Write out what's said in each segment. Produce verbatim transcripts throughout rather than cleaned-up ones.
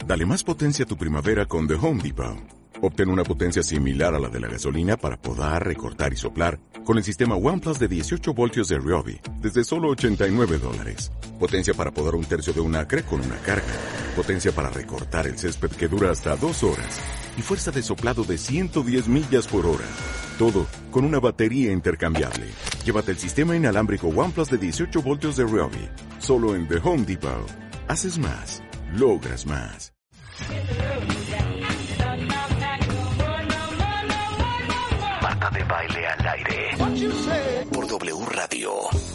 Dale más potencia a tu primavera con The Home Depot. Obtén una potencia similar a la de la gasolina para podar, recortar y soplar con el sistema OnePlus de dieciocho voltios de Ryobi desde solo ochenta y nueve dólares. Potencia para podar un tercio de un acre con una carga. Potencia para recortar el césped que dura hasta dos horas. Y fuerza de soplado de ciento diez millas por hora. Todo con una batería intercambiable. Llévate el sistema inalámbrico OnePlus de dieciocho voltios de Ryobi. Solo en The Home Depot. Haces más. Logras más. Marta de Baile al aire por W Radio.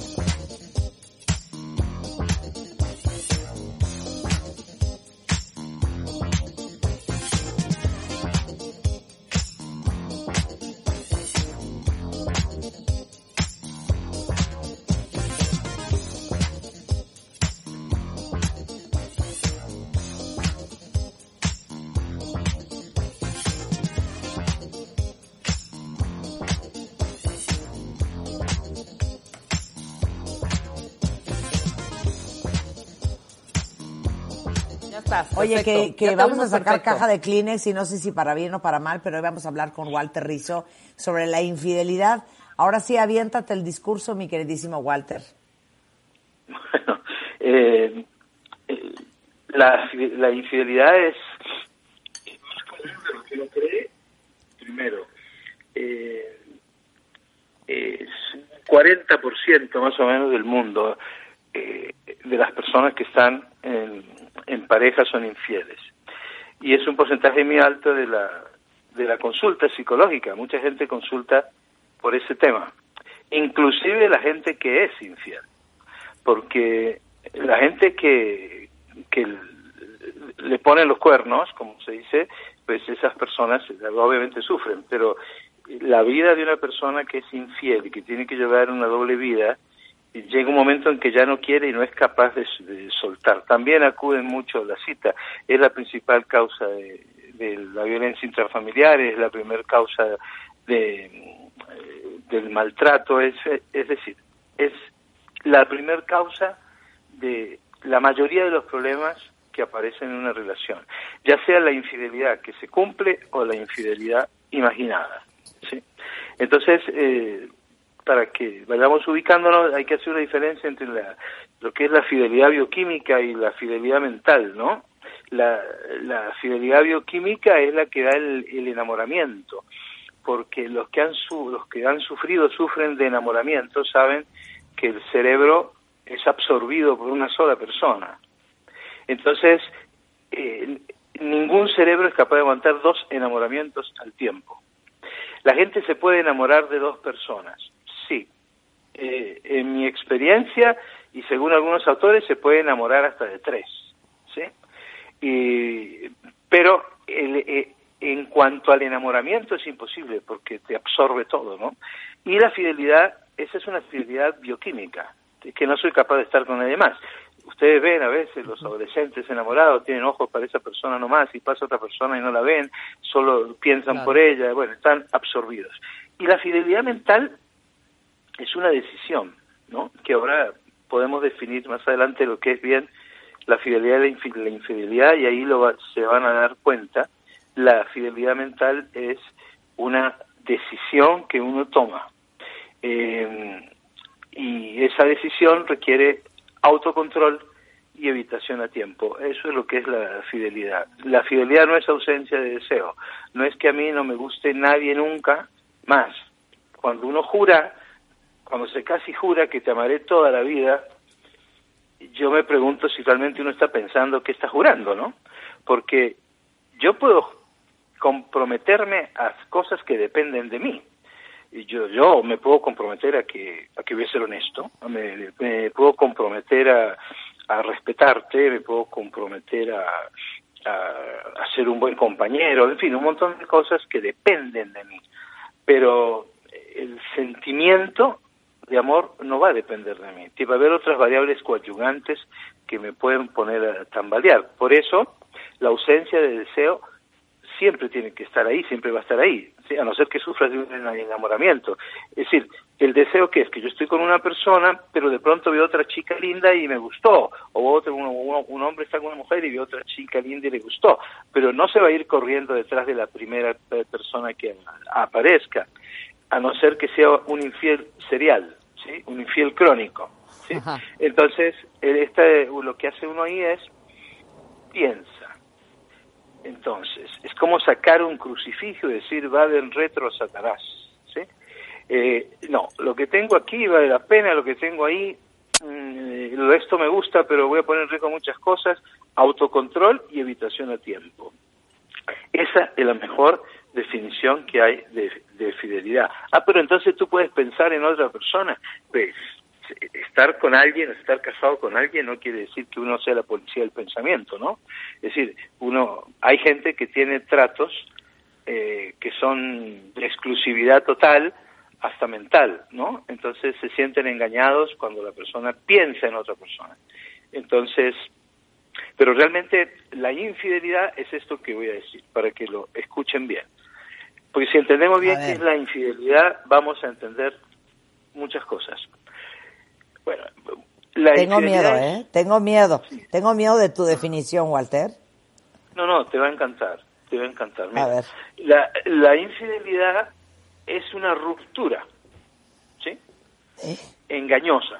Oye, Perfecto. que, que Ya vamos a tuvimos sacar perfecto. caja de Kleenex y no sé si para bien o para mal, pero hoy vamos a hablar con Walter Rizzo sobre la infidelidad. Ahora sí, aviéntate el discurso, mi queridísimo Walter. Bueno, eh, eh, la, la infidelidad es, es más común de lo que uno cree. Primero, eh, es un cuarenta por ciento más o menos del mundo eh, de las personas que están en, en pareja son infieles. Y es un porcentaje muy alto de la, de la consulta psicológica. Mucha gente consulta por ese tema. Inclusive la gente que es infiel. Porque la gente que, que le ponen los cuernos, como se dice, pues esas personas obviamente sufren. Pero la vida de una persona que es infiel y que tiene que llevar una doble vida, llega un momento en que ya no quiere y no es capaz de, de soltar. También acuden mucho a la cita. Es la principal causa de, de la violencia intrafamiliar, es la primera causa de, del maltrato, es, es decir, es la primera causa de la mayoría de los problemas que aparecen en una relación, ya sea la infidelidad que se cumple o la infidelidad imaginada, ¿sí? Entonces, eh, para que vayamos ubicándonos, hay que hacer una diferencia entre la, lo que es la fidelidad bioquímica y la fidelidad mental, ¿no? La, la fidelidad bioquímica es la que da el, el enamoramiento, porque los que han su, los que han sufrido, sufren de enamoramiento, saben que el cerebro es absorbido por una sola persona. Entonces, eh, ningún cerebro es capaz de aguantar dos enamoramientos al tiempo. La gente se puede enamorar de dos personas, sí. Eh, en mi experiencia, y según algunos autores, se puede enamorar hasta de tres, ¿sí? Y, pero el, eh, en cuanto al enamoramiento es imposible, porque te absorbe todo, ¿no? Y la fidelidad, esa es una fidelidad bioquímica, es que no soy capaz de estar con nadie más. Ustedes ven a veces los adolescentes enamorados, tienen ojos para esa persona nomás, y pasa otra persona y no la ven, solo piensan claro. por ella, bueno, están absorbidos. Y la fidelidad mental es una decisión, ¿no? Que ahora podemos definir más adelante lo que es bien la fidelidad y la infidelidad, y ahí lo va, se van a dar cuenta. La fidelidad mental es una decisión que uno toma. Eh, y esa decisión requiere autocontrol y evitación a tiempo. Eso es lo que es la fidelidad. La fidelidad no es ausencia de deseo. No es que a mí no me guste nadie nunca más. Cuando uno jura, cuando se casi jura que te amaré toda la vida, yo me pregunto si realmente uno está pensando que está jurando, ¿no? Porque yo puedo comprometerme a cosas que dependen de mí. Y yo yo me puedo comprometer a que a que voy a ser honesto, me, me puedo comprometer a, a respetarte, me puedo comprometer a, a, a ser un buen compañero, en fin, un montón de cosas que dependen de mí. Pero el sentimiento de amor no va a depender de mí. Va a haber otras variables coadyuvantes que me pueden poner a tambalear. Por eso, la ausencia de deseo siempre tiene que estar ahí, siempre va a estar ahí, ¿sí? A no ser que sufras de un enamoramiento. Es decir, el deseo que es que yo estoy con una persona, pero de pronto veo otra chica linda y me gustó, o otro, un, un hombre está con una mujer y ve otra chica linda y le gustó, pero no se va a ir corriendo detrás de la primera persona que aparezca, a no ser que sea un infiel serial, ¿sí? Un infiel crónico, ¿sí? Entonces, este, lo que hace uno ahí es piensa. Entonces, es como sacar un crucifijo y decir, va del retro Satanás, ¿sí? Eh, no, lo que tengo aquí vale la pena, lo que tengo ahí, mmm, el resto me gusta, pero voy a poner en riesgo muchas cosas, autocontrol y evitación a tiempo. Esa es la mejor definición que hay de, de fidelidad. Ah, pero entonces tú puedes pensar en otra persona. Pues, estar con alguien, estar casado con alguien no quiere decir que uno sea la policía del pensamiento, ¿no? Es decir, uno, hay gente que tiene tratos eh, que son de exclusividad total, hasta mental, ¿no? Entonces se sienten engañados cuando la persona piensa en otra persona. Entonces, pero realmente la infidelidad es esto que voy a decir, para que lo escuchen bien. Porque si entendemos bien qué es la infidelidad, vamos a entender muchas cosas. Bueno, la Tengo miedo, es... ¿eh? Tengo miedo. Sí. Tengo miedo de tu definición, Walter. No, no, te va a encantar, te va a encantar. Mira, a ver. La, la infidelidad es una ruptura, ¿sí? ¿Eh? Engañosa,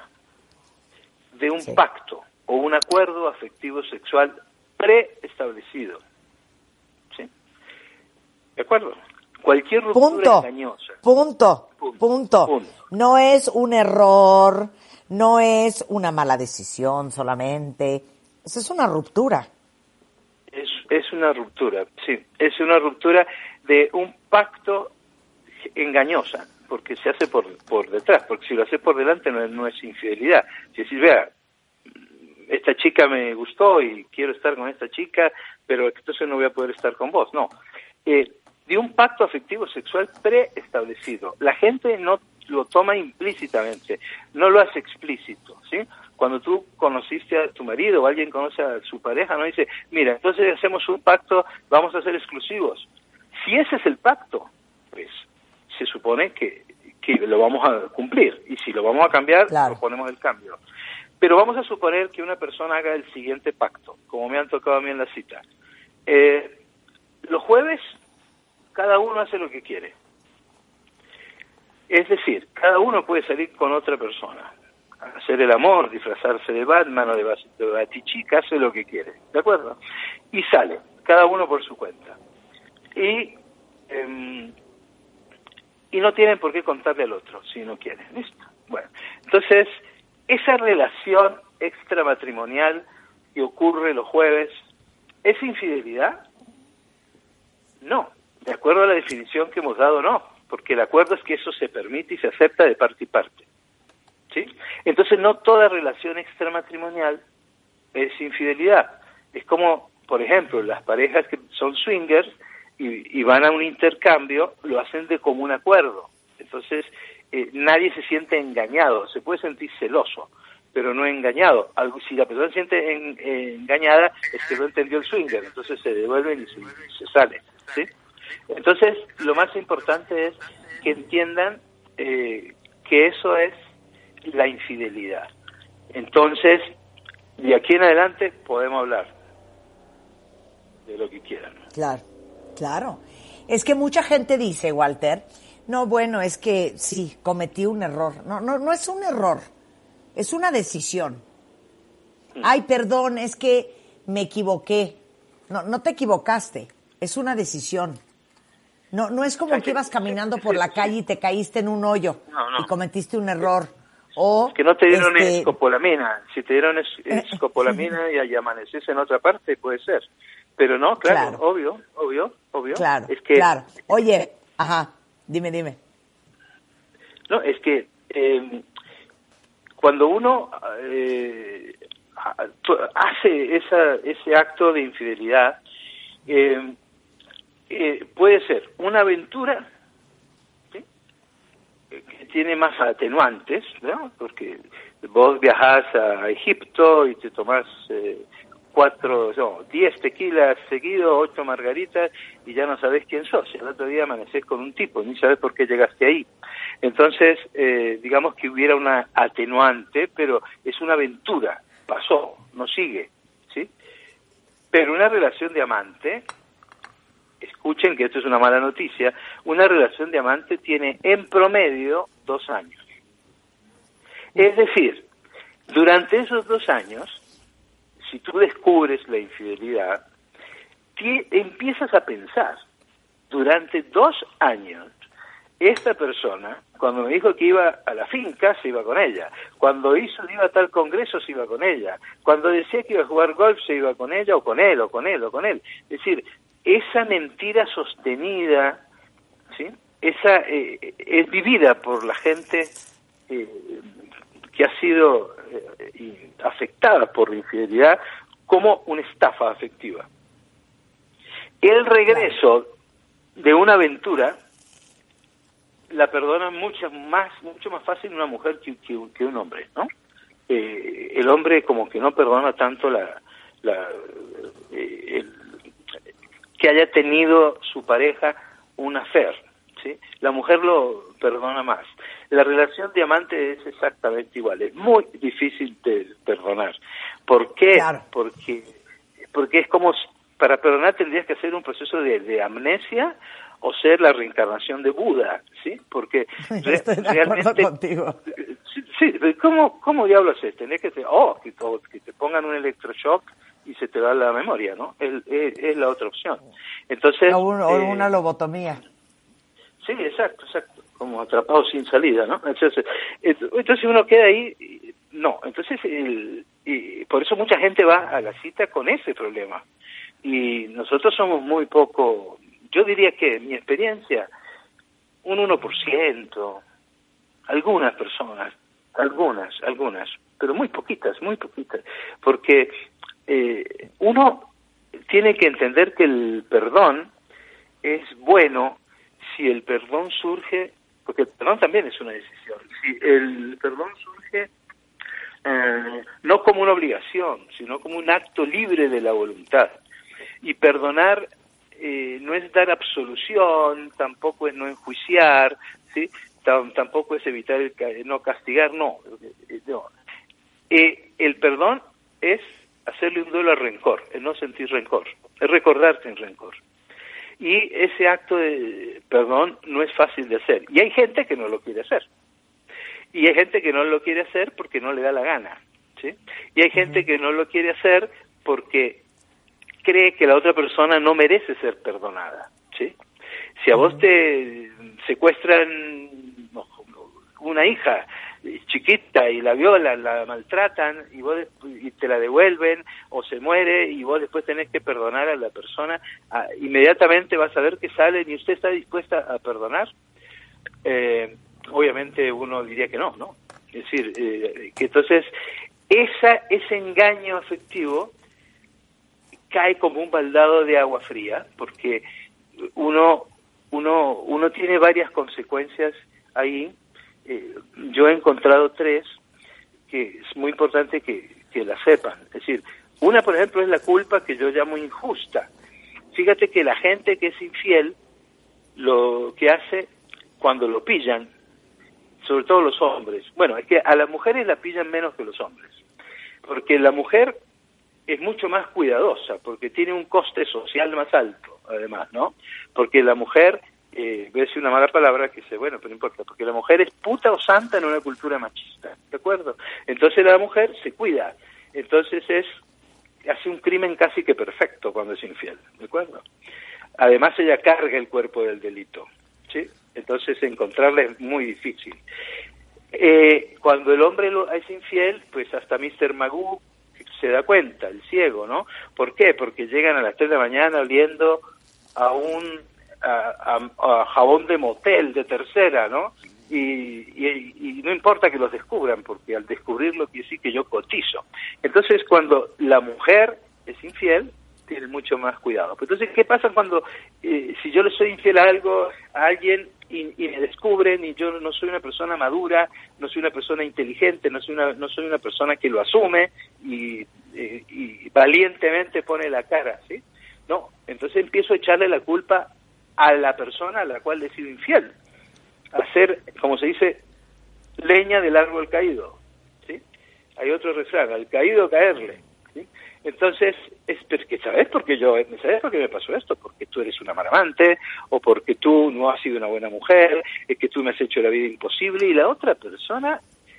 de un sí. pacto o un acuerdo afectivo sexual preestablecido, ¿sí? ¿De acuerdo? Cualquier ruptura punto, engañosa. Punto, punto, punto. Punto. No es un error, no es una mala decisión solamente. Eso es una ruptura. Es, es una ruptura, sí. Es una ruptura de un pacto engañosa, porque se hace por por detrás, porque si lo haces por delante no es, no es infidelidad. Si decís, vea, esta chica me gustó y quiero estar con esta chica, pero entonces no voy a poder estar con vos. No. Eh, de un pacto afectivo sexual preestablecido. La gente no lo toma implícitamente, no lo hace explícito, ¿sí? Cuando tú conociste a tu marido o alguien conoce a su pareja, no dice, mira, entonces hacemos un pacto, vamos a ser exclusivos. Si ese es el pacto, pues se supone que, que lo vamos a cumplir, y si lo vamos a cambiar, claro, proponemos el cambio. Pero vamos a suponer que una persona haga el siguiente pacto, como me han tocado a mí en la cita. Eh, los jueves cada uno hace lo que quiere. Es decir, cada uno puede salir con otra persona, hacer el amor, disfrazarse de Batman o de, de Batichica, hace lo que quiere, ¿de acuerdo? Y sale, cada uno por su cuenta. Y, eh, y no tienen por qué contarle al otro, si no quieren, ¿listo? Bueno, entonces, esa relación extramatrimonial que ocurre los jueves, ¿es infidelidad? No. De acuerdo a la definición que hemos dado, no, porque el acuerdo es que eso se permite y se acepta de parte y parte, ¿sí? Entonces, no toda relación extramatrimonial es infidelidad. Es como, por ejemplo, las parejas que son swingers y, y van a un intercambio, lo hacen de común acuerdo. Entonces, eh, nadie se siente engañado, se puede sentir celoso, pero no engañado. Algo, si la persona se siente en, eh, engañada, es que no entendió el swinger, entonces se devuelven y se, se salen, ¿sí? Entonces, lo más importante es que entiendan eh, que eso es la infidelidad. Entonces, de aquí en adelante podemos hablar de lo que quieran. Claro, claro. Es que mucha gente dice, Walter, no, bueno, es que sí, cometí un error. No, no, no es un error, es una decisión. Mm. Ay, perdón, es que me equivoqué. No, no te equivocaste, es una decisión. No, no es como que ibas caminando por la calle y te caíste en un hoyo no, no. y cometiste un error. O es que no te dieron este... escopolamina. Si te dieron es, escopolamina y amaneces en otra parte, puede ser. Pero no, claro, claro. obvio, obvio, obvio. Claro, es que, claro. Oye, ajá, dime, dime. No, es que eh, cuando uno eh, hace esa, ese acto de infidelidad, eh, Eh, puede ser una aventura, ¿sí? que tiene más atenuantes, ¿no? Porque vos viajás a Egipto y te tomás eh, cuatro, no, diez tequilas seguidos, ocho margaritas, y ya no sabes quién sos. Y el otro día amaneces con un tipo, ni sabes por qué llegaste ahí. Entonces, eh, digamos que hubiera una atenuante, pero es una aventura, pasó, no sigue, ¿sí? Pero una relación de amante, escuchen que esto es una mala noticia, una relación de amante tiene en promedio dos años. Es decir, durante esos dos años, si tú descubres la infidelidad, te empiezas a pensar, durante dos años, esta persona, cuando me dijo que iba a la finca, se iba con ella. Cuando hizo, iba a tal congreso, se iba con ella. Cuando decía que iba a jugar golf, se iba con ella, o con él, o con él, o con él. Es decir, esa mentira sostenida, ¿sí? Esa eh, es vivida por la gente eh, que ha sido eh, afectada por la infidelidad como una estafa afectiva. El regreso de una aventura la perdona mucho más mucho más fácil una mujer que, que, que un hombre, ¿no? Eh, el hombre como que no perdona tanto la, la eh, el, que haya tenido su pareja un affair, ¿sí? La mujer lo perdona más. La relación de amante es exactamente igual, es muy difícil de perdonar. ¿Por qué? Claro. Porque porque es como, para perdonar tendrías que hacer un proceso de, de amnesia o ser la reencarnación de Buda, ¿sí? Porque re, Estoy de realmente contigo. Sí, sí, ¿cómo, cómo diablos es? Tenés que te, oh, que, que te pongan un electroshock y se te va la memoria, ¿no? Es, es, es la otra opción. Entonces, o, un, o eh, una lobotomía. Sí, exacto, exacto, como atrapado sin salida, ¿no? Entonces, entonces uno queda ahí, no, entonces, el, y por eso mucha gente va a la cita con ese problema. Y nosotros somos muy poco, yo diría que en mi experiencia, un uno por ciento, algunas personas, algunas, algunas, pero muy poquitas, muy poquitas, porque eh, uno tiene que entender que el perdón es bueno si el perdón surge, porque el perdón también es una decisión, si el perdón surge eh, no como una obligación, sino como un acto libre de la voluntad. Y perdonar eh, no es dar absolución, tampoco es no enjuiciar, ¿sí? T- tampoco es evitar el ca- no castigar, no. no. Eh, el perdón es hacerle un duelo al rencor, es no sentir rencor, es recordarte en rencor. Y ese acto de perdón no es fácil de hacer. Y hay gente que no lo quiere hacer. Y hay gente que no lo quiere hacer porque no le da la gana, ¿sí? Y hay gente que no lo quiere hacer porque cree que la otra persona no merece ser perdonada, ¿sí? Si a vos te secuestran una hija chiquita y la violan, la maltratan y vos y te la devuelven o se muere y vos después tenés que perdonar a la persona, a, inmediatamente vas a ver que salen y usted está dispuesta a perdonar. Eh, obviamente uno diría que no, ¿no? Es decir, eh, que entonces esa ese engaño afectivo cae como un baldado de agua fría, porque uno uno uno tiene varias consecuencias ahí. Eh, yo he encontrado tres que es muy importante que, que la sepan. Es decir, una, por ejemplo, es la culpa, que yo llamo injusta. Fíjate que la gente que es infiel, lo que hace cuando lo pillan, sobre todo los hombres, bueno, es que a las mujeres la pillan menos que los hombres, porque la mujer es mucho más cuidadosa, porque tiene un coste social más alto, además, ¿no? Porque la mujer, eh, voy a decir una mala palabra que sé, bueno, pero no importa, porque la mujer es puta o santa en una cultura machista, ¿de acuerdo? Entonces la mujer se cuida, entonces es, hace un crimen casi que perfecto cuando es infiel, ¿de acuerdo? Además ella carga el cuerpo del delito, ¿sí? Entonces encontrarla es muy difícil. Eh, cuando el hombre lo, es infiel, pues hasta mister Magoo se da cuenta, el ciego, ¿no? ¿Por qué? Porque llegan a las tres de la mañana oliendo a un a, a, a jabón de motel de tercera, ¿no? Y, y, y no importa que los descubran, porque al descubrirlo quiere decir que yo cotizo. Entonces, cuando la mujer es infiel, tiene mucho más cuidado. Entonces, ¿qué pasa cuando, eh, si yo le soy infiel a algo, a alguien, y, y me descubren y yo no soy una persona madura, no soy una persona inteligente, no soy una, no soy una persona que lo asume y, y, y valientemente pone la cara, ¿sí? No, entonces empiezo a echarle la culpa a la persona a la cual le he sido infiel, a ser, como se dice, leña del árbol caído, ¿sí? Hay otro refrán, al caído caerle, ¿sí? Entonces, es porque, ¿sabes por qué yo, sabes por qué me pasó esto? Porque tú eres una mala amante, o porque tú no has sido una buena mujer, es que tú me has hecho la vida imposible, y la otra persona,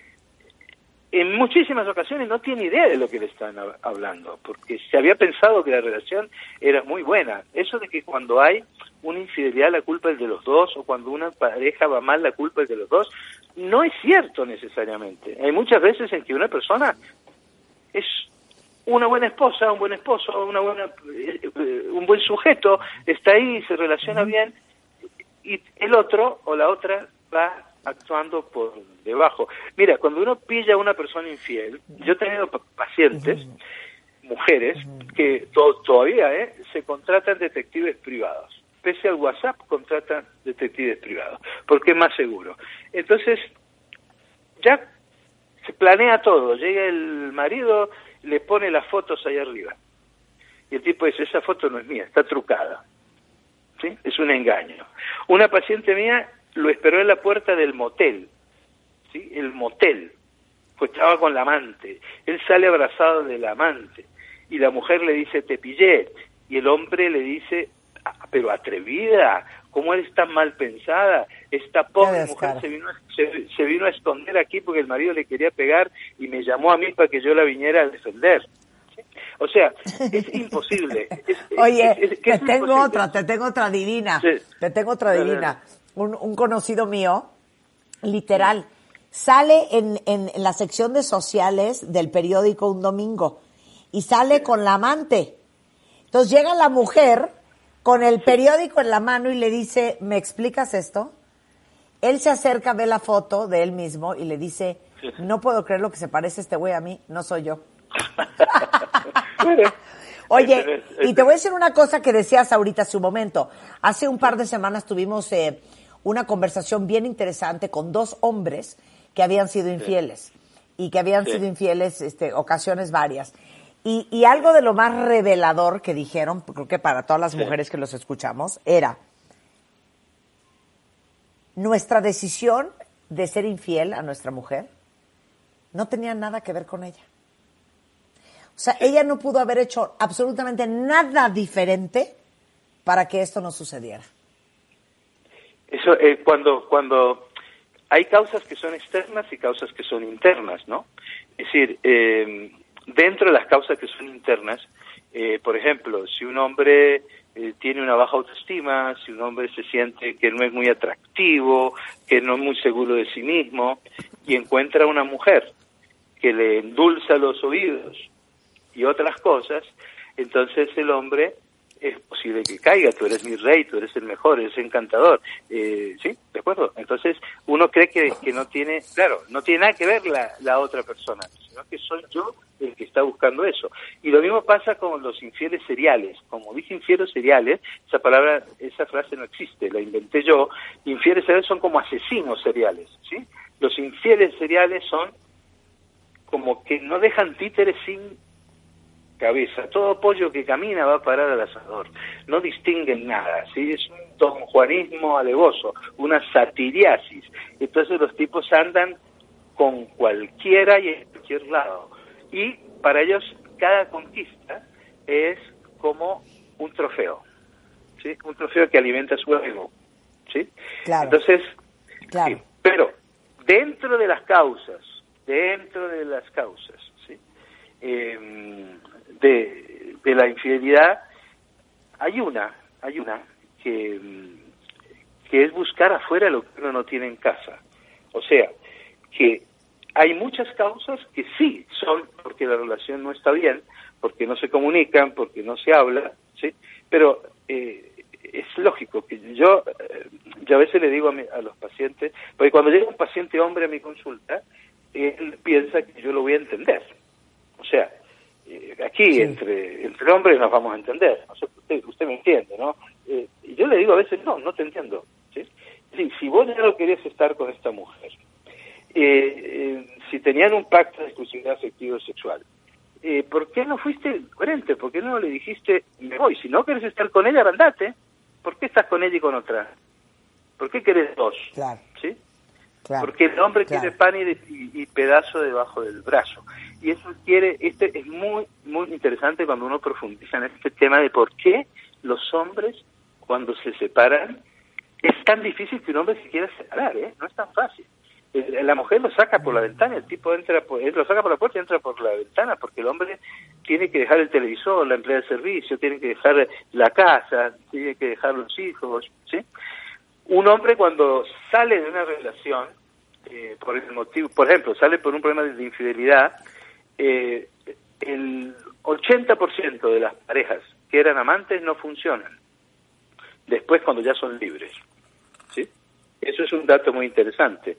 en muchísimas ocasiones, no tiene idea de lo que le están hablando, porque se había pensado que la relación era muy buena. Eso de que cuando hay una infidelidad la culpa es de los dos, o cuando una pareja va mal la culpa es de los dos, no es cierto necesariamente. Hay muchas veces en que una persona es una buena esposa, un buen esposo, una buena, un buen sujeto, está ahí, se relaciona bien, y el otro o la otra va actuando por debajo. Mira, cuando uno pilla a una persona infiel, yo he tenido pacientes, mujeres, que to todavía eh, se contratan detectives privados. Pese al WhatsApp, contratan detectives privados, porque es más seguro. Entonces, ya se planea todo. Llega el marido, le pone las fotos ahí arriba. Y el tipo dice, esa foto no es mía, está trucada. ¿Sí? Es un engaño. Una paciente mía lo esperó en la puerta del motel. ¿Sí? El motel. Pues estaba con la amante. Él sale abrazado de la amante. Y la mujer le dice, te pillé. Y el hombre le dice, ah, pero atrevida, ¿cómo eres tan mal pensada? Esta pobre mujer se vino, a, se, se vino a esconder aquí porque el marido le quería pegar y me llamó a mí para que yo la viniera a defender. ¿Sí? O sea, es imposible. Es, Oye, es, es, es, te es tengo imposible. otra, te tengo otra divina. Sí. Te tengo otra divina. Un, un conocido mío, literal, sale en, en, en la sección de sociales del periódico un domingo y sale con la amante. Entonces llega la mujer con el periódico en la mano y le dice, ¿me explicas esto? Él se acerca, ve la foto de él mismo y le dice, no puedo creer lo que se parece este güey a mí, no soy yo. Oye, y te voy a decir una cosa que decías ahorita hace un momento. Hace un par de semanas tuvimos eh, una conversación bien interesante con dos hombres que habían sido infieles y que habían Sí. sido infieles este, ocasiones varias. Y, y algo de lo más revelador que dijeron, creo que para todas las Sí. mujeres que los escuchamos, era nuestra decisión de ser infiel a nuestra mujer no tenía nada que ver con ella. O sea, ella no pudo haber hecho absolutamente nada diferente para que esto no sucediera. Eso, eh, cuando, cuando hay causas que son externas y causas que son internas, ¿no? Es decir, eh, dentro de las causas que son internas, eh, por ejemplo, si un hombre eh, tiene una baja autoestima, si un hombre se siente que no es muy atractivo, que no es muy seguro de sí mismo, y encuentra una mujer que le endulza los oídos y otras cosas, entonces el hombre es posible que caiga, tú eres mi rey, tú eres el mejor, eres encantador, eh, ¿sí? ¿De acuerdo? Entonces uno cree que, que no tiene, claro, no tiene nada que ver la, la otra persona, sino que soy yo el que está buscando eso. Y lo mismo pasa con los infieles seriales. Como dije infieles seriales, esa palabra, esa frase no existe, la inventé yo. Infieles seriales son como asesinos seriales, ¿sí? Los infieles seriales son como que no dejan títeres sin cabeza. Todo pollo que camina va a parar al asador. No distinguen nada, ¿sí? Es un donjuanismo alevoso, una satiriasis. Entonces los tipos andan con cualquiera y en cualquier lado. Y para ellos cada conquista es como un trofeo, ¿sí? Un trofeo que alimenta su ego, ¿sí? Claro. Entonces, claro. Sí, pero dentro de las causas, dentro de las causas, ¿sí? Eh, de, de la infidelidad, hay una, hay una que, que es buscar afuera lo que uno no tiene en casa. O sea, que hay muchas causas que sí son porque la relación no está bien, porque no se comunican, porque no se habla, ¿sí? Pero eh, es lógico que yo, eh, yo a veces le digo a, mi, a los pacientes, porque cuando llega un paciente hombre a mi consulta, él piensa que yo lo voy a entender. O sea, eh, aquí sí. entre entre hombres nos vamos a entender. O sea, usted, usted me entiende, ¿no? Eh, y yo le digo a veces, no, no te entiendo, ¿sí? Sí, si estar con esta mujer. Eh, eh, si tenían un pacto de exclusividad afectivo sexual, eh, ¿por qué no fuiste coherente? ¿Por qué no le dijiste, me voy? Si no quieres estar con ella, andate. ¿Por qué estás con ella y con otra? ¿Por qué querés dos? Claro. ¿Sí? Claro. Porque el hombre Claro. quiere pan y, de, y, y pedazo debajo del brazo. Y eso quiere, este es muy, muy interesante cuando uno profundiza en este tema de por qué los hombres, cuando se separan, es tan difícil que un hombre se quiera separar, ¿eh? No es tan fácil. La mujer lo saca por la ventana, el tipo entra por, él lo saca por la puerta y entra por la ventana, porque el hombre tiene que dejar el televisor, la empleada de servicio, tiene que dejar la casa, tiene que dejar los hijos, ¿sí? Un hombre cuando sale de una relación, eh, por el motivo, por ejemplo, sale por un problema de infidelidad, eh, el ochenta por ciento de las parejas que eran amantes no funcionan después cuando ya son libres, ¿sí? Eso es un dato muy interesante,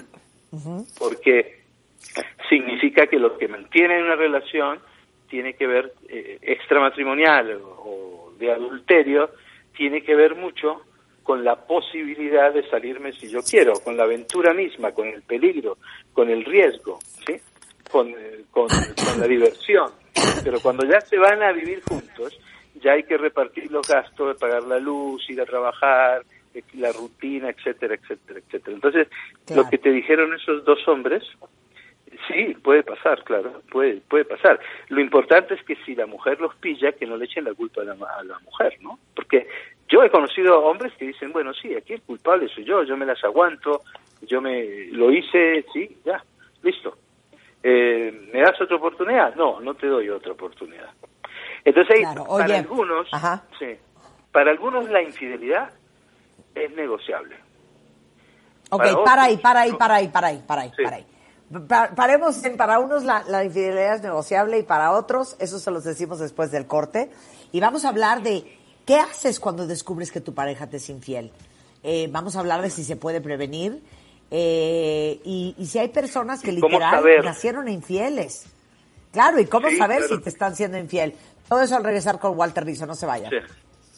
porque significa que lo que mantiene una relación tiene que ver, eh, extramatrimonial o, o de adulterio, tiene que ver mucho con la posibilidad de salirme si yo quiero, con la aventura misma, con el peligro, con el riesgo, ¿sí? Con, con, con la diversión. Pero cuando ya se van a vivir juntos, ya hay que repartir los gastos, pagar la luz, ir a trabajar, la rutina, etcétera, etcétera, etcétera. Entonces, claro. Lo que te dijeron esos dos hombres, sí, puede pasar, claro, puede puede pasar. Lo importante es que si la mujer los pilla, que no le echen la culpa a la, a la mujer, ¿no? Porque yo he conocido hombres que dicen, bueno, sí, aquí el culpable soy yo, yo me las aguanto, yo me lo hice, sí, ya, listo. Eh, ¿Me das otra oportunidad? No, no te doy otra oportunidad. Entonces, claro. para Oye, algunos, ajá. sí, para algunos la infidelidad es negociable. Ok, para, para ahí, otros, para ahí, no. para ahí, para ahí, para ahí, Sí. para ahí. Pa- paremos en, para unos la, la infidelidad es negociable y para otros, eso se los decimos después del corte. Y vamos a hablar de qué haces cuando descubres que tu pareja te es infiel. Eh, vamos a hablar de si se puede prevenir eh, y, y si hay personas que ¿Cómo literal saber? nacieron infieles. Claro, y cómo Sí, saber claro. si te están siendo infiel. Todo eso al regresar con Walter Rizzo, no se vayan. Sí.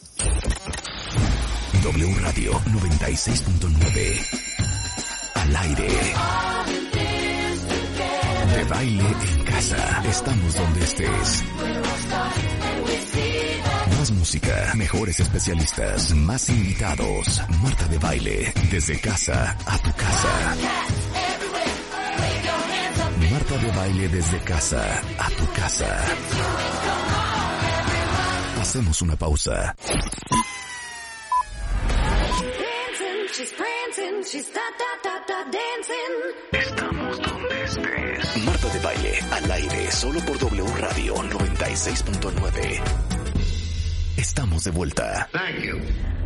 W Radio noventa y seis punto nueve. Al aire. De baile en casa. Estamos donde estés. Más música, mejores especialistas, más invitados. Marta de Baile, desde casa a tu casa. Marta de Baile desde casa a tu casa. Hacemos una pausa. Estamos donde estés. Marta de Baile, al aire, solo por W Radio noventa y seis punto nueve. Estamos de vuelta. Thank you.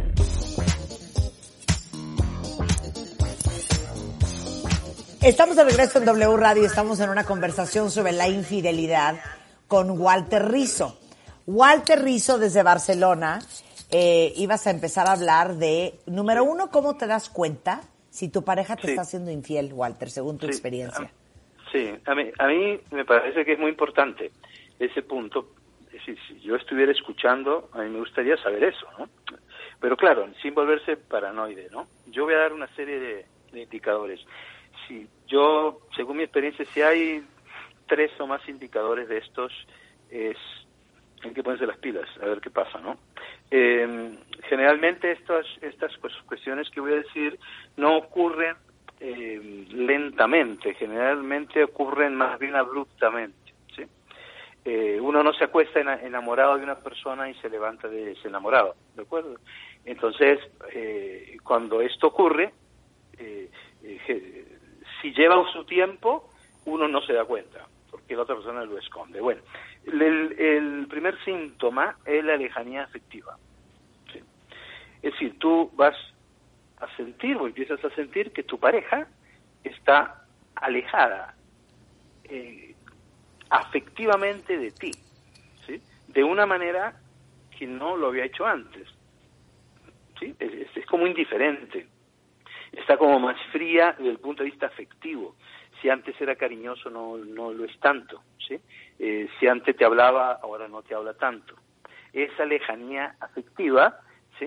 Estamos de regreso en W Radio, estamos en una conversación sobre la infidelidad con Walter Rizzo. Walter Rizzo desde Barcelona, eh, ibas a empezar a hablar de, número uno, ¿cómo te das cuenta si tu pareja te Sí. está haciendo infiel, Walter, según tu Sí, experiencia? a- Sí, a mí, a mí me parece que es muy importante ese punto. Es decir, si yo estuviera escuchando, a mí me gustaría saber eso, ¿no? Pero claro, sin volverse paranoide, ¿no? Yo voy a dar una serie de, de indicadores. Si yo, según mi experiencia, si hay tres o más indicadores de estos, es hay que ponerse las pilas, a ver qué pasa, ¿no? Eh, generalmente estas estas cuestiones que voy a decir no ocurren eh, lentamente, generalmente ocurren más bien abruptamente, ¿sí? Eh, uno no se acuesta enamorado de una persona y se levanta de ese enamorado, ¿de acuerdo? Entonces, eh, cuando esto ocurre, eh, eh, si lleva su tiempo, uno no se da cuenta, porque la otra persona lo esconde. Bueno, el, el primer síntoma es la lejanía afectiva, ¿sí? Es decir, tú vas a sentir o empiezas a sentir que tu pareja está alejada eh, afectivamente de ti, ¿sí? De una manera que no lo había hecho antes, ¿sí? Es, es, es como indiferente, está como más fría desde el punto de vista afectivo. Si antes era cariñoso, no no lo es tanto, ¿sí? Eh, si antes te hablaba, ahora no te habla tanto. Esa lejanía afectiva, ¿sí? Es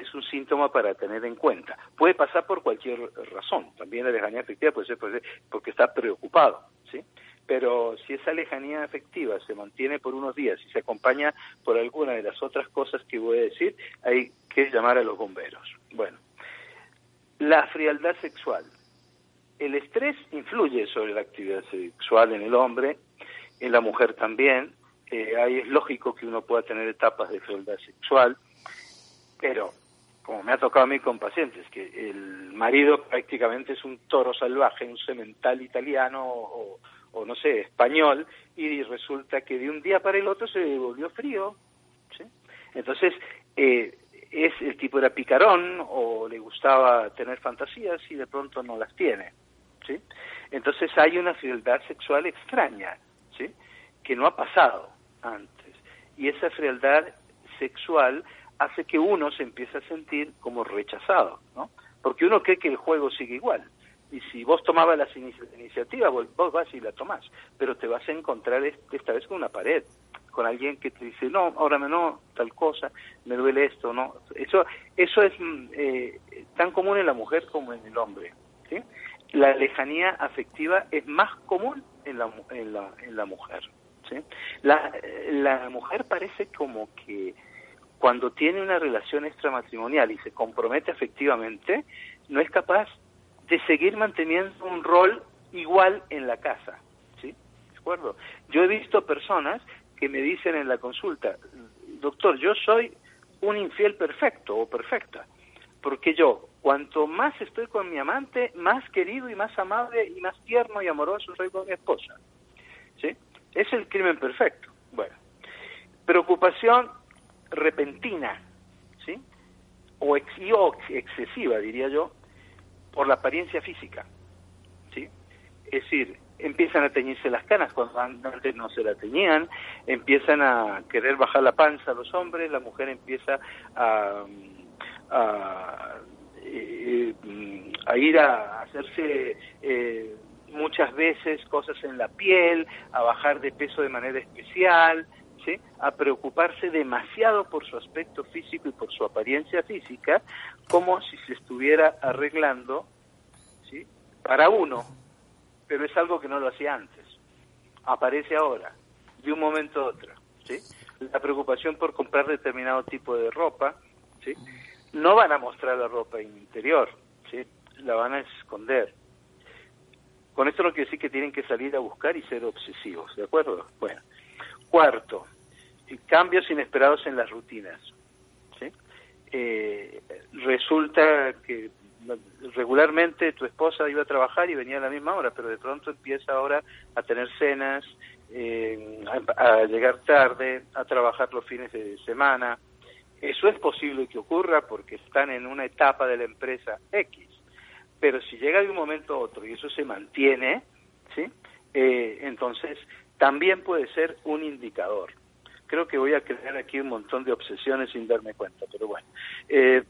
es un síntoma para tener en cuenta. Puede pasar por cualquier razón. También la lejanía afectiva puede ser, puede ser porque está preocupado, ¿sí? Pero si esa lejanía afectiva se mantiene por unos días y se acompaña por alguna de las otras cosas que voy a decir, hay que llamar a los bomberos. Bueno, la frialdad sexual. El estrés influye sobre la actividad sexual en el hombre, en la mujer también. Eh, ahí es lógico que uno pueda tener etapas de frialdad sexual, pero como me ha tocado a mí con pacientes, que el marido prácticamente es un toro salvaje, un semental italiano o, o no sé, español, y resulta que de un día para el otro se volvió frío, ¿sí? Entonces, eh, es el tipo era picarón o le gustaba tener fantasías y de pronto no las tiene, ¿sí? Entonces hay una frialdad sexual extraña, ¿sí? Que no ha pasado antes, y esa frialdad sexual hace que uno se empiece a sentir como rechazado, ¿no? Porque uno cree que el juego sigue igual, y si vos tomabas la iniciativa, vos, vos vas y la tomás, pero te vas a encontrar esta vez con una pared, con alguien que te dice, no, ahora no, tal cosa, me duele esto, ¿no? Eso, eso es eh, tan común en la mujer como en el hombre, ¿sí? La lejanía afectiva es más común en la, en la, en la mujer, ¿sí? La, la mujer parece como que cuando tiene una relación extramatrimonial y se compromete afectivamente, no es capaz de seguir manteniendo un rol igual en la casa, ¿sí? ¿De acuerdo? Yo he visto personas que me dicen en la consulta, doctor, yo soy un infiel perfecto o perfecta, porque yo, cuanto más estoy con mi amante, más querido y más amable y más tierno y amoroso soy con mi esposa, ¿sí? Es el crimen perfecto. Bueno, preocupación repentina, ¿sí? O, ex, o excesiva, diría yo, por la apariencia física, ¿sí? Es decir, empiezan a teñirse las canas cuando antes no se la teñían, empiezan a querer bajar la panza a los hombres, la mujer empieza a, a, a ir a hacerse eh, muchas veces cosas en la piel, a bajar de peso de manera especial, ¿sí? A preocuparse demasiado por su aspecto físico y por su apariencia física, como si se estuviera arreglando, ¿sí? Para uno, pero es algo que no lo hacía antes. Aparece ahora, de un momento a otro, ¿sí? La preocupación por comprar determinado tipo de ropa, ¿sí? No van a mostrar la ropa interior, ¿sí? La van a esconder. Con esto no quiere decir que tienen que salir a buscar y ser obsesivos, ¿de acuerdo? Bueno. Cuarto, cambios inesperados en las rutinas, ¿sí? Eh, resulta que regularmente tu esposa iba a trabajar y venía a la misma hora, pero de pronto empieza ahora a tener cenas, eh, a, a llegar tarde, a trabajar los fines de semana. Eso es posible que ocurra porque están en una etapa de la empresa X, pero si llega de un momento a otro y eso se mantiene, ¿sí? Eh, entonces también puede ser un indicador. Creo que voy a crear aquí un montón de obsesiones sin darme cuenta, pero bueno. Eh,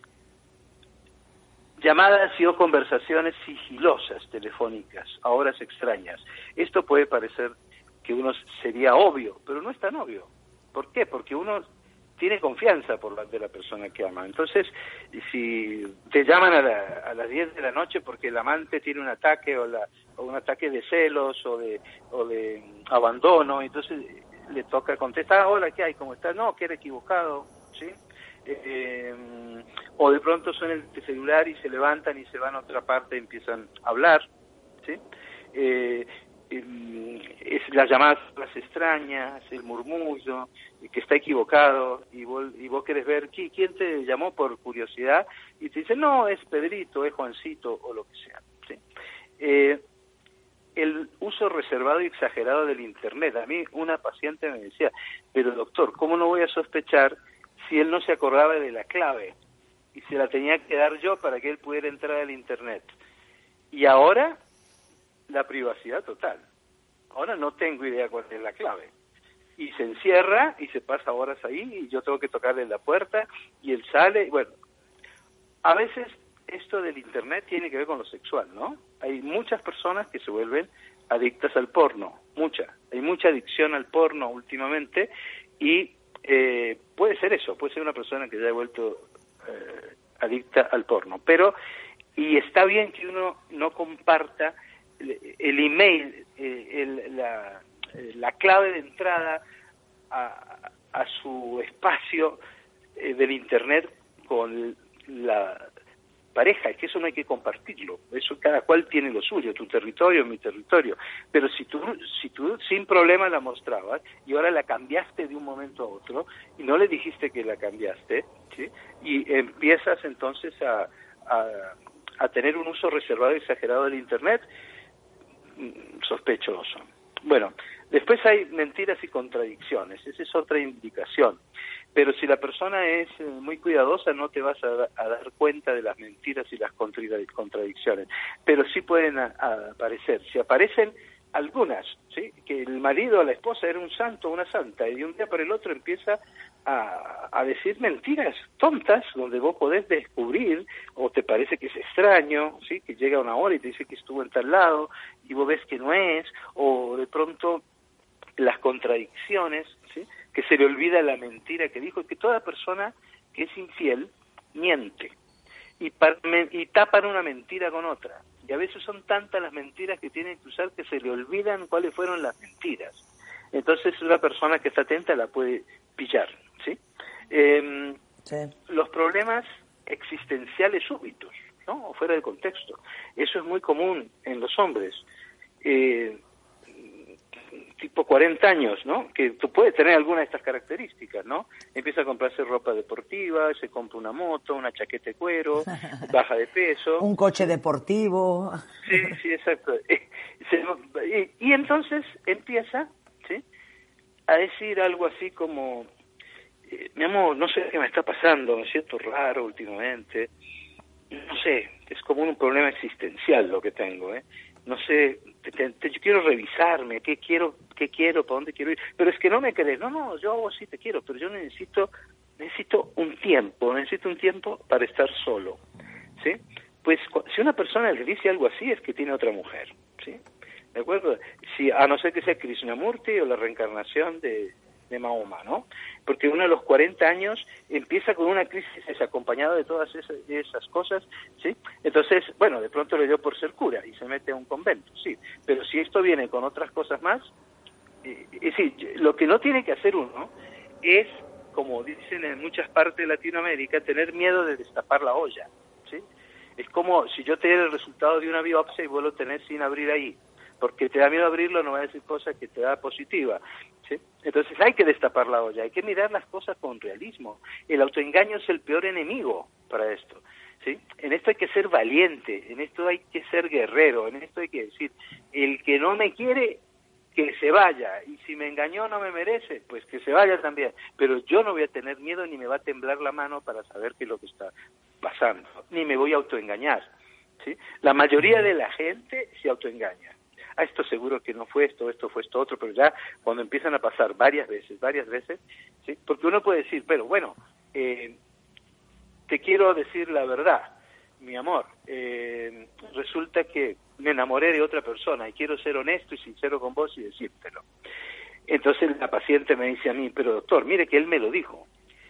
llamadas y o conversaciones sigilosas telefónicas a horas extrañas. Esto puede parecer que uno sería obvio, pero no es tan obvio. ¿Por qué? Porque uno tiene confianza por la de la persona que ama. Entonces, si te llaman a, la, a las diez de la noche porque el amante tiene un ataque o, la, o un ataque de celos o de, o de abandono, entonces le toca contestar, hola, ¿qué hay? ¿Cómo estás? No, que era equivocado, ¿sí? Eh, o de pronto suena el celular y se levantan y se van a otra parte y empiezan a hablar, ¿sí? Eh, es las llamadas las extrañas, el murmullo, que está equivocado, y vos, y vos querés ver quién te llamó por curiosidad, y te dice, no, es Pedrito, es Juancito, o lo que sea, ¿sí? Eh, el uso reservado y exagerado del Internet. A mí una paciente me decía, pero doctor, ¿cómo no voy a sospechar si él no se acordaba de la clave? Y se la tenía que dar yo para que él pudiera entrar al Internet. Y ahora, la privacidad total. Ahora no tengo idea cuál es la clave. Y se encierra y se pasa horas ahí y yo tengo que tocarle la puerta y él sale. Bueno, a veces esto del Internet tiene que ver con lo sexual, ¿no? Hay muchas personas que se vuelven adictas al porno, mucha. Hay mucha adicción al porno últimamente y eh, puede ser eso, puede ser una persona que se haya vuelto eh, adicta al porno. Pero, y está bien que uno no comparta el, el email, eh, el, la, la clave de entrada a, a su espacio eh, del Internet con la pareja, es que eso no hay que compartirlo, eso cada cual tiene lo suyo, tu territorio, mi territorio, pero si tú, si tú sin problema la mostrabas y ahora la cambiaste de un momento a otro y no le dijiste que la cambiaste, ¿sí? Y empiezas entonces a, a, a tener un uso reservado y exagerado del Internet, sospechoso. Bueno, después hay mentiras y contradicciones, esa es otra indicación. Pero si la persona es muy cuidadosa, no te vas a, a dar cuenta de las mentiras y las contradicciones. Pero sí pueden a, a aparecer. Si aparecen algunas, ¿sí? Que el marido o la esposa era un santo o una santa, y de un día para el otro empieza a, a decir mentiras tontas, donde vos podés descubrir, o te parece que es extraño, ¿sí? Que llega una hora y te dice que estuvo en tal lado, y vos ves que no es, o de pronto las contradicciones, ¿sí? Que se le olvida la mentira que dijo, que toda persona que es infiel miente y, par, me, y tapan una mentira con otra, y a veces son tantas las mentiras que tienen que usar que se le olvidan cuáles fueron las mentiras. Entonces una persona que está atenta la puede pillar, ¿sí? Eh, sí. Los problemas existenciales súbitos, ¿no? O fuera de contexto, eso es muy común en los hombres. Eh, tipo cuarenta años, ¿no? Que tú puedes tener alguna de estas características, ¿no? Empieza a comprarse ropa deportiva, se compra una moto, una chaqueta de cuero, baja de peso. Un coche deportivo. Sí, sí, exacto. Y, y entonces empieza, ¿sí? A decir algo así como, eh, mi amor, no sé qué me está pasando, me siento raro últimamente, no sé, es como un problema existencial lo que tengo, ¿eh? No sé, te, te, te, yo quiero revisarme, qué quiero, qué quiero, para dónde quiero ir, pero es que no me crees, no, no, yo sí te quiero, pero yo necesito, necesito un tiempo, necesito un tiempo para estar solo, ¿sí? Pues si una persona le dice algo así es que tiene otra mujer, ¿sí? ¿De acuerdo? Si, a no ser que sea Krishnamurti o la reencarnación de, de Mahoma, ¿no? Porque uno a los cuarenta años empieza con una crisis acompañada de todas esas, esas cosas, ¿sí? Entonces, bueno, de pronto le dio por ser cura y se mete a un convento, sí. Pero si esto viene con otras cosas más, eh, es decir, lo que no tiene que hacer uno es, como dicen en muchas partes de Latinoamérica, tener miedo de destapar la olla, ¿sí? Es como si yo te diera el resultado de una biopsia y vos lo tenés sin abrir ahí, porque te da miedo abrirlo, no va a decir cosas que te da positiva, ¿sí? Entonces hay que destapar la olla, hay que mirar las cosas con realismo. El autoengaño es el peor enemigo para esto, ¿sí? En esto hay que ser valiente, en esto hay que ser guerrero, en esto hay que decir, el que no me quiere, que se vaya, y si me engañó no me merece, pues que se vaya también, pero yo no voy a tener miedo ni me va a temblar la mano para saber qué es lo que está pasando, ni me voy a autoengañar, ¿sí? La mayoría de la gente se autoengaña. Ah, esto seguro que no fue esto, esto fue esto otro, pero ya cuando empiezan a pasar varias veces, varias veces, ¿sí? Porque uno puede decir, pero bueno, eh, te quiero decir la verdad, mi amor, eh, resulta que me enamoré de otra persona y quiero ser honesto y sincero con vos y decírtelo. Entonces la paciente me dice a mí, pero doctor, mire que él me lo dijo.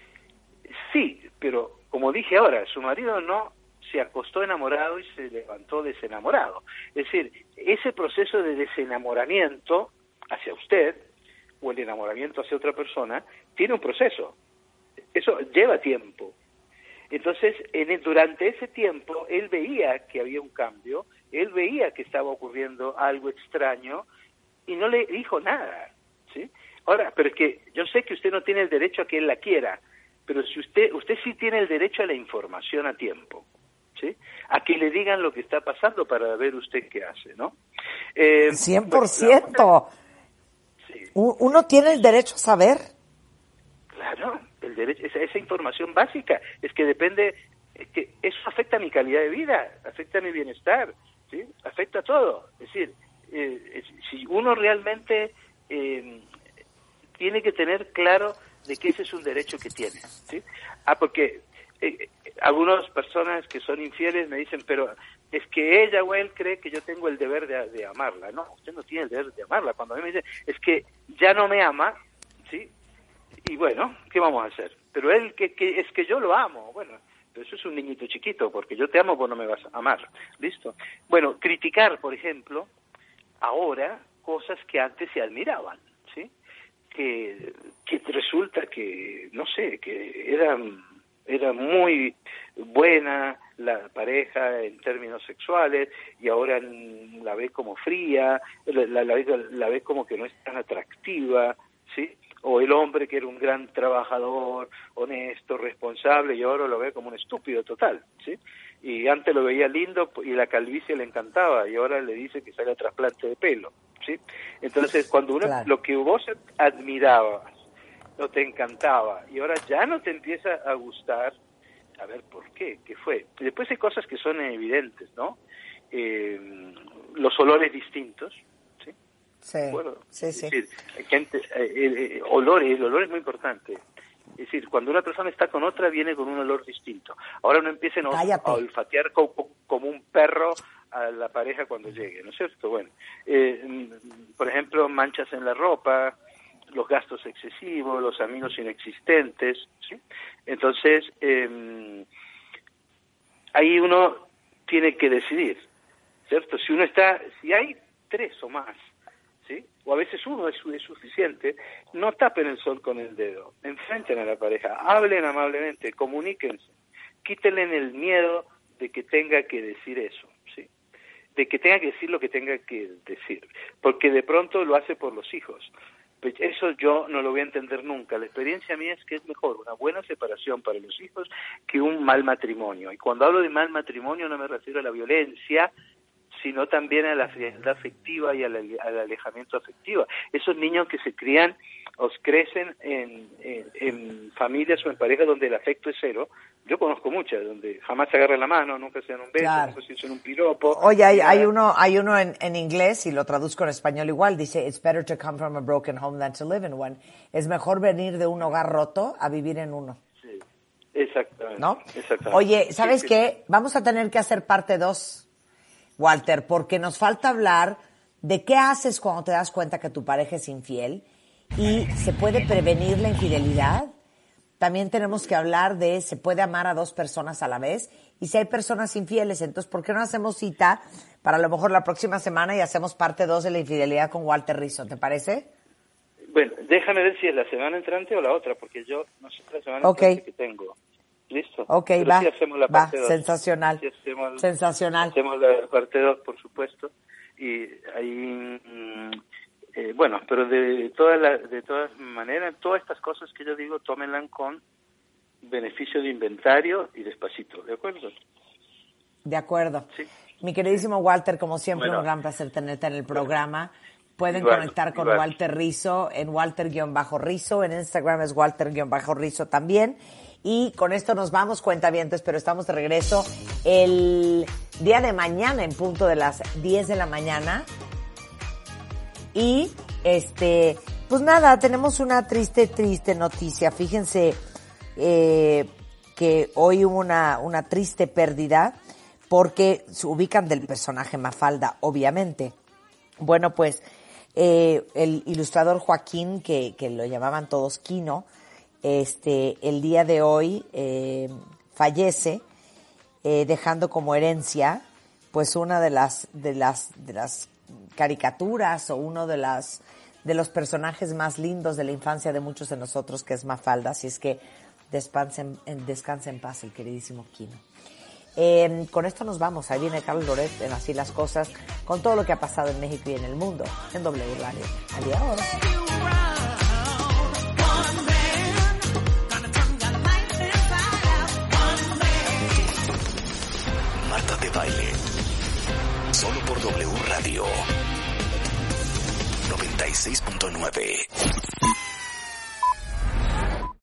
Sí, pero como dije ahora, su marido no se acostó enamorado y se levantó desenamorado. Es decir, ese proceso de desenamoramiento hacia usted o el enamoramiento hacia otra persona tiene un proceso. Eso lleva tiempo. Entonces, en el, durante ese tiempo, él veía que había un cambio, él veía que estaba ocurriendo algo extraño y no le dijo nada, ¿sí? Ahora, pero es que yo sé que usted no tiene el derecho a que él la quiera, pero si usted, usted sí tiene el derecho a la información a tiempo, ¿sí? A que le digan lo que está pasando para ver usted qué hace, ¿no? Eh, cien por ciento. Bueno, sí. Uno tiene el derecho a saber. Claro, el derecho, esa, esa información básica, es que depende, es que eso afecta a mi calidad de vida, afecta a mi bienestar, ¿sí? Afecta a todo. Es decir, eh, es, si uno realmente eh, tiene que tener claro de que ese es un derecho que tiene, ¿sí? Ah, porque eh, algunas personas que son infieles me dicen, pero es que ella o él cree que yo tengo el deber de, de amarla. No, usted no tiene el deber de amarla. Cuando a mí me dicen, es que ya no me ama, ¿sí? Y bueno, ¿qué vamos a hacer? Pero él, que, que es que yo lo amo. Bueno, Pero eso es un niñito chiquito, porque yo te amo, vos no me vas a amar. ¿Listo? Bueno, criticar, por ejemplo, ahora cosas que antes se admiraban, ¿sí? Que, que resulta que, no sé, que eran, era muy buena la pareja en términos sexuales y ahora la ve como fría, la, la, la, la ve como que no es tan atractiva, ¿sí? O el hombre que era un gran trabajador, honesto, responsable, y ahora lo ve como un estúpido total, ¿sí? Y antes lo veía lindo y la calvicie le encantaba, y ahora le dice que se haga trasplante de pelo, ¿sí? Entonces, cuando uno, claro, lo que vos admirabas, o te encantaba, y ahora ya no te empieza a gustar, a ver por qué, qué fue. Y después hay cosas que son evidentes, ¿no? Eh, los olores distintos, ¿sí? Sí, bueno, sí, sí. Es decir, gente, el, el, olor, el olor es muy importante. Es decir, cuando una persona está con otra, viene con un olor distinto. Ahora no empiecen a, a olfatear como, como un perro a la pareja cuando llegue, ¿no es cierto? Bueno, eh, por ejemplo, manchas en la ropa, los gastos excesivos, los amigos inexistentes, ¿sí? Entonces, eh, ahí uno tiene que decidir, ¿cierto? Si uno está, si hay tres o más, ¿sí? O a veces uno es, es suficiente, no tapen el sol con el dedo, enfrenten a la pareja, hablen amablemente, comuníquense, quítenle el miedo de que tenga que decir eso, ¿sí? De que tenga que decir lo que tenga que decir, porque de pronto lo hace por los hijos. Pues eso yo no lo voy a entender nunca. La experiencia mía es que es mejor una buena separación para los hijos que un mal matrimonio. Y cuando hablo de mal matrimonio no me refiero a la violencia, sino también a la frialdad afectiva y al, al alejamiento afectivo. Esos niños que se crían o crecen en, en, en familias o en parejas donde el afecto es cero. Yo conozco muchas, donde jamás se agarran la mano, nunca se dan un beso, claro, nunca se dicen un piropo. Oye, hay, hay uno, hay uno en, en inglés, y lo traduzco en español igual, dice, it's better to come from a broken home than to live in one. Es mejor venir de un hogar roto a vivir en uno. Sí, exactamente. ¿No? Exactamente. Oye, ¿sabes sí, qué? Sí. Vamos a tener que hacer parte dos, Walter, porque nos falta hablar de qué haces cuando te das cuenta que tu pareja es infiel y se puede prevenir la infidelidad. También tenemos que hablar de se puede amar a dos personas a la vez y si hay personas infieles. Entonces, ¿por qué no hacemos cita para a lo mejor la próxima semana y hacemos parte dos de la infidelidad con Walter Rizzo? ¿Te parece? Bueno, déjame ver si es la semana entrante o la otra, porque yo no sé la semana okay. entrante que tengo. ¿Listo? Ok, Pero va, sí hacemos la va, parte dos. sensacional, sí hacemos, sensacional. Hacemos la parte dos, por supuesto, y ahí... Mmm, Eh, bueno, pero de todas la, de todas maneras, todas estas cosas que yo digo, tómenlas con beneficio de inventario y despacito, ¿de acuerdo? De acuerdo. Sí. Mi queridísimo Walter, como siempre, bueno, un gran placer tenerte en el programa. Pueden igual, conectar con igual. Walter Rizzo en Walter-Rizzo, en Instagram es Walter-Rizzo también. Y con esto nos vamos, cuentavientes, pero estamos de regreso el día de mañana en punto de las diez de la mañana. Y, este, pues nada, tenemos una triste, triste noticia. Fíjense eh, que hoy hubo una, una triste pérdida porque se ubican del personaje Mafalda, obviamente. Bueno, pues eh, el ilustrador Joaquín, que, que lo llamaban todos Quino, este, el día de hoy eh, fallece, eh, dejando como herencia, pues una de las, de las, de las caricaturas o uno de las de los personajes más lindos de la infancia de muchos de nosotros, que es Mafalda. Así es que descansen, descanse en paz el queridísimo Quino. Eh, con esto nos vamos. Ahí viene Carlos Loret en Así las Cosas, con todo lo que ha pasado en México y en el mundo en W Radio. Adiós. Marta de Baile. Solo por W Radio noventa y seis punto nueve.